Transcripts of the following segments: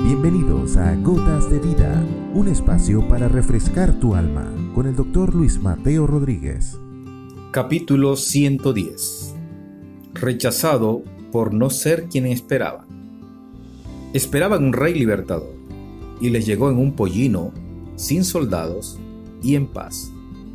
Bienvenidos a Gotas de Vida, un espacio para refrescar tu alma, con el Dr. Luis Mateo Rodríguez. Capítulo 110. Rechazado por no ser quien esperaban. Esperaban un rey libertador, y les llegó en un pollino, sin soldados y en paz.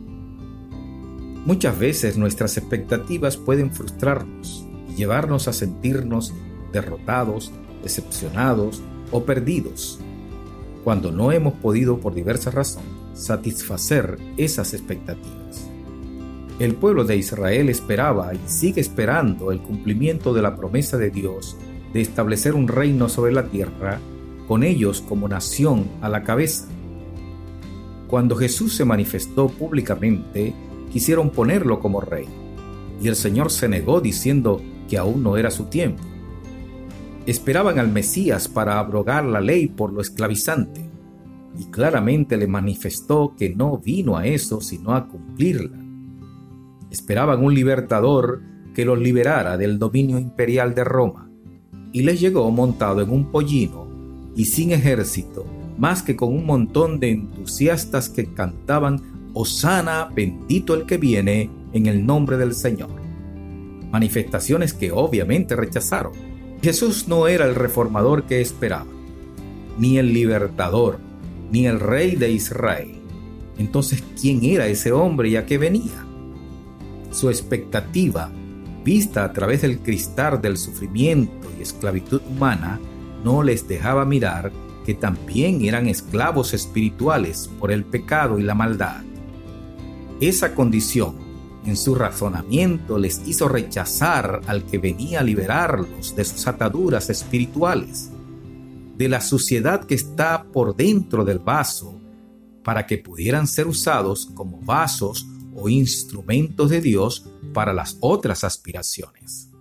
Muchas veces nuestras expectativas pueden frustrarnos y llevarnos a sentirnos derrotados, decepcionados o perdidos, cuando no hemos podido por diversas razones satisfacer esas expectativas. El pueblo de Israel esperaba y sigue esperando el cumplimiento de la promesa de Dios de establecer un reino sobre la tierra, con ellos como nación a la cabeza. Cuando Jesús se manifestó públicamente, quisieron ponerlo como rey, y el Señor se negó diciendo que aún no era su tiempo. Esperaban al Mesías para abrogar la ley por lo esclavizante, y claramente le manifestó que no vino a eso sino a cumplirla. Esperaban un libertador que los liberara del dominio imperial de Roma, y les llegó montado en un pollino y sin ejército, más que con un montón de entusiastas que cantaban «Hosana, bendito el que viene en el nombre del Señor». Manifestaciones que obviamente rechazaron. Jesús no era el reformador que esperaban, ni el libertador, ni el rey de Israel. Entonces, ¿quién era ese hombre y a qué venía? Su expectativa, vista a través del cristal del sufrimiento y esclavitud humana, no les dejaba mirar que también eran esclavos espirituales por el pecado y la maldad. Esa condición en su razonamiento les hizo rechazar al que venía a liberarlos de sus ataduras espirituales, de la suciedad que está por dentro del vaso, para que pudieran ser usados como vasos o instrumentos de Dios para las otras aspiraciones.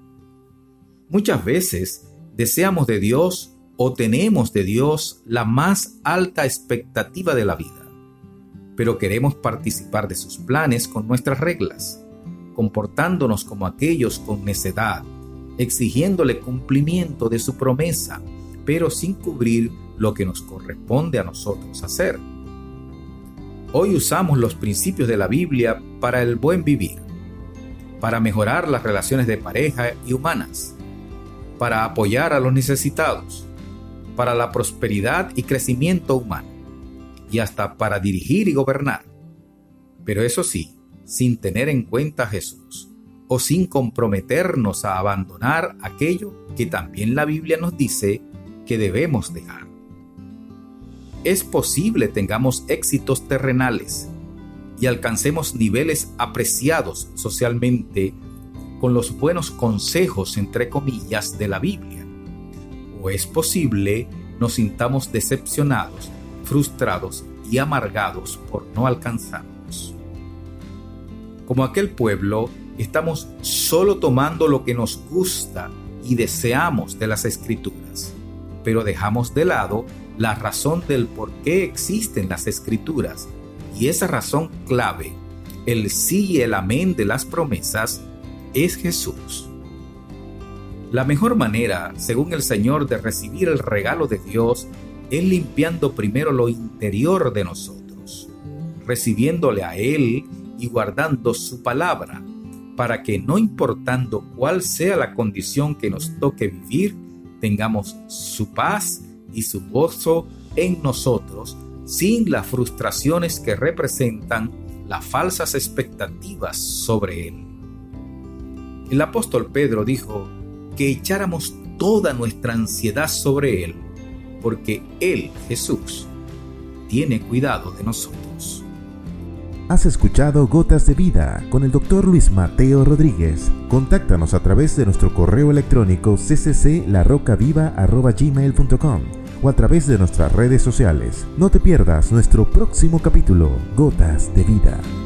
Muchas veces deseamos de Dios o tenemos de Dios la más alta expectativa de la vida, pero queremos participar de sus planes con nuestras reglas, comportándonos como aquellos con necedad, exigiéndole cumplimiento de su promesa, pero sin cubrir lo que nos corresponde a nosotros hacer. Hoy usamos los principios de la Biblia para el buen vivir, para mejorar las relaciones de pareja y humanas, para apoyar a los necesitados, para la prosperidad y crecimiento humano, y hasta para dirigir y gobernar. Pero eso sí, sin tener en cuenta a Jesús, o sin comprometernos a abandonar aquello que también la Biblia nos dice que debemos dejar. Es posible tengamos éxitos terrenales y alcancemos niveles apreciados socialmente con los buenos consejos, entre comillas, de la Biblia. O es posible nos sintamos decepcionados, frustrados y amargados por no alcanzarlos. Como aquel pueblo, estamos solo tomando lo que nos gusta y deseamos de las Escrituras, pero dejamos de lado la razón del por qué existen las Escrituras, y esa razón clave, el sí y el amén de las promesas, es Jesús. La mejor manera, según el Señor, de recibir el regalo de Dios es limpiando primero lo interior de nosotros, recibiéndole a Él y guardando su palabra, para que no importando cuál sea la condición que nos toque vivir, tengamos su paz y su gozo en nosotros, sin las frustraciones que representan las falsas expectativas sobre Él. El apóstol Pedro dijo que echáramos toda nuestra ansiedad sobre Él, porque Él, Jesús, tiene cuidado de nosotros. Has escuchado Gotas de Vida con el Dr. Luis Mateo Rodríguez. Contáctanos a través de nuestro correo electrónico ccclarocaviva@gmail.com o a través de nuestras redes sociales. No te pierdas nuestro próximo capítulo, Gotas de Vida.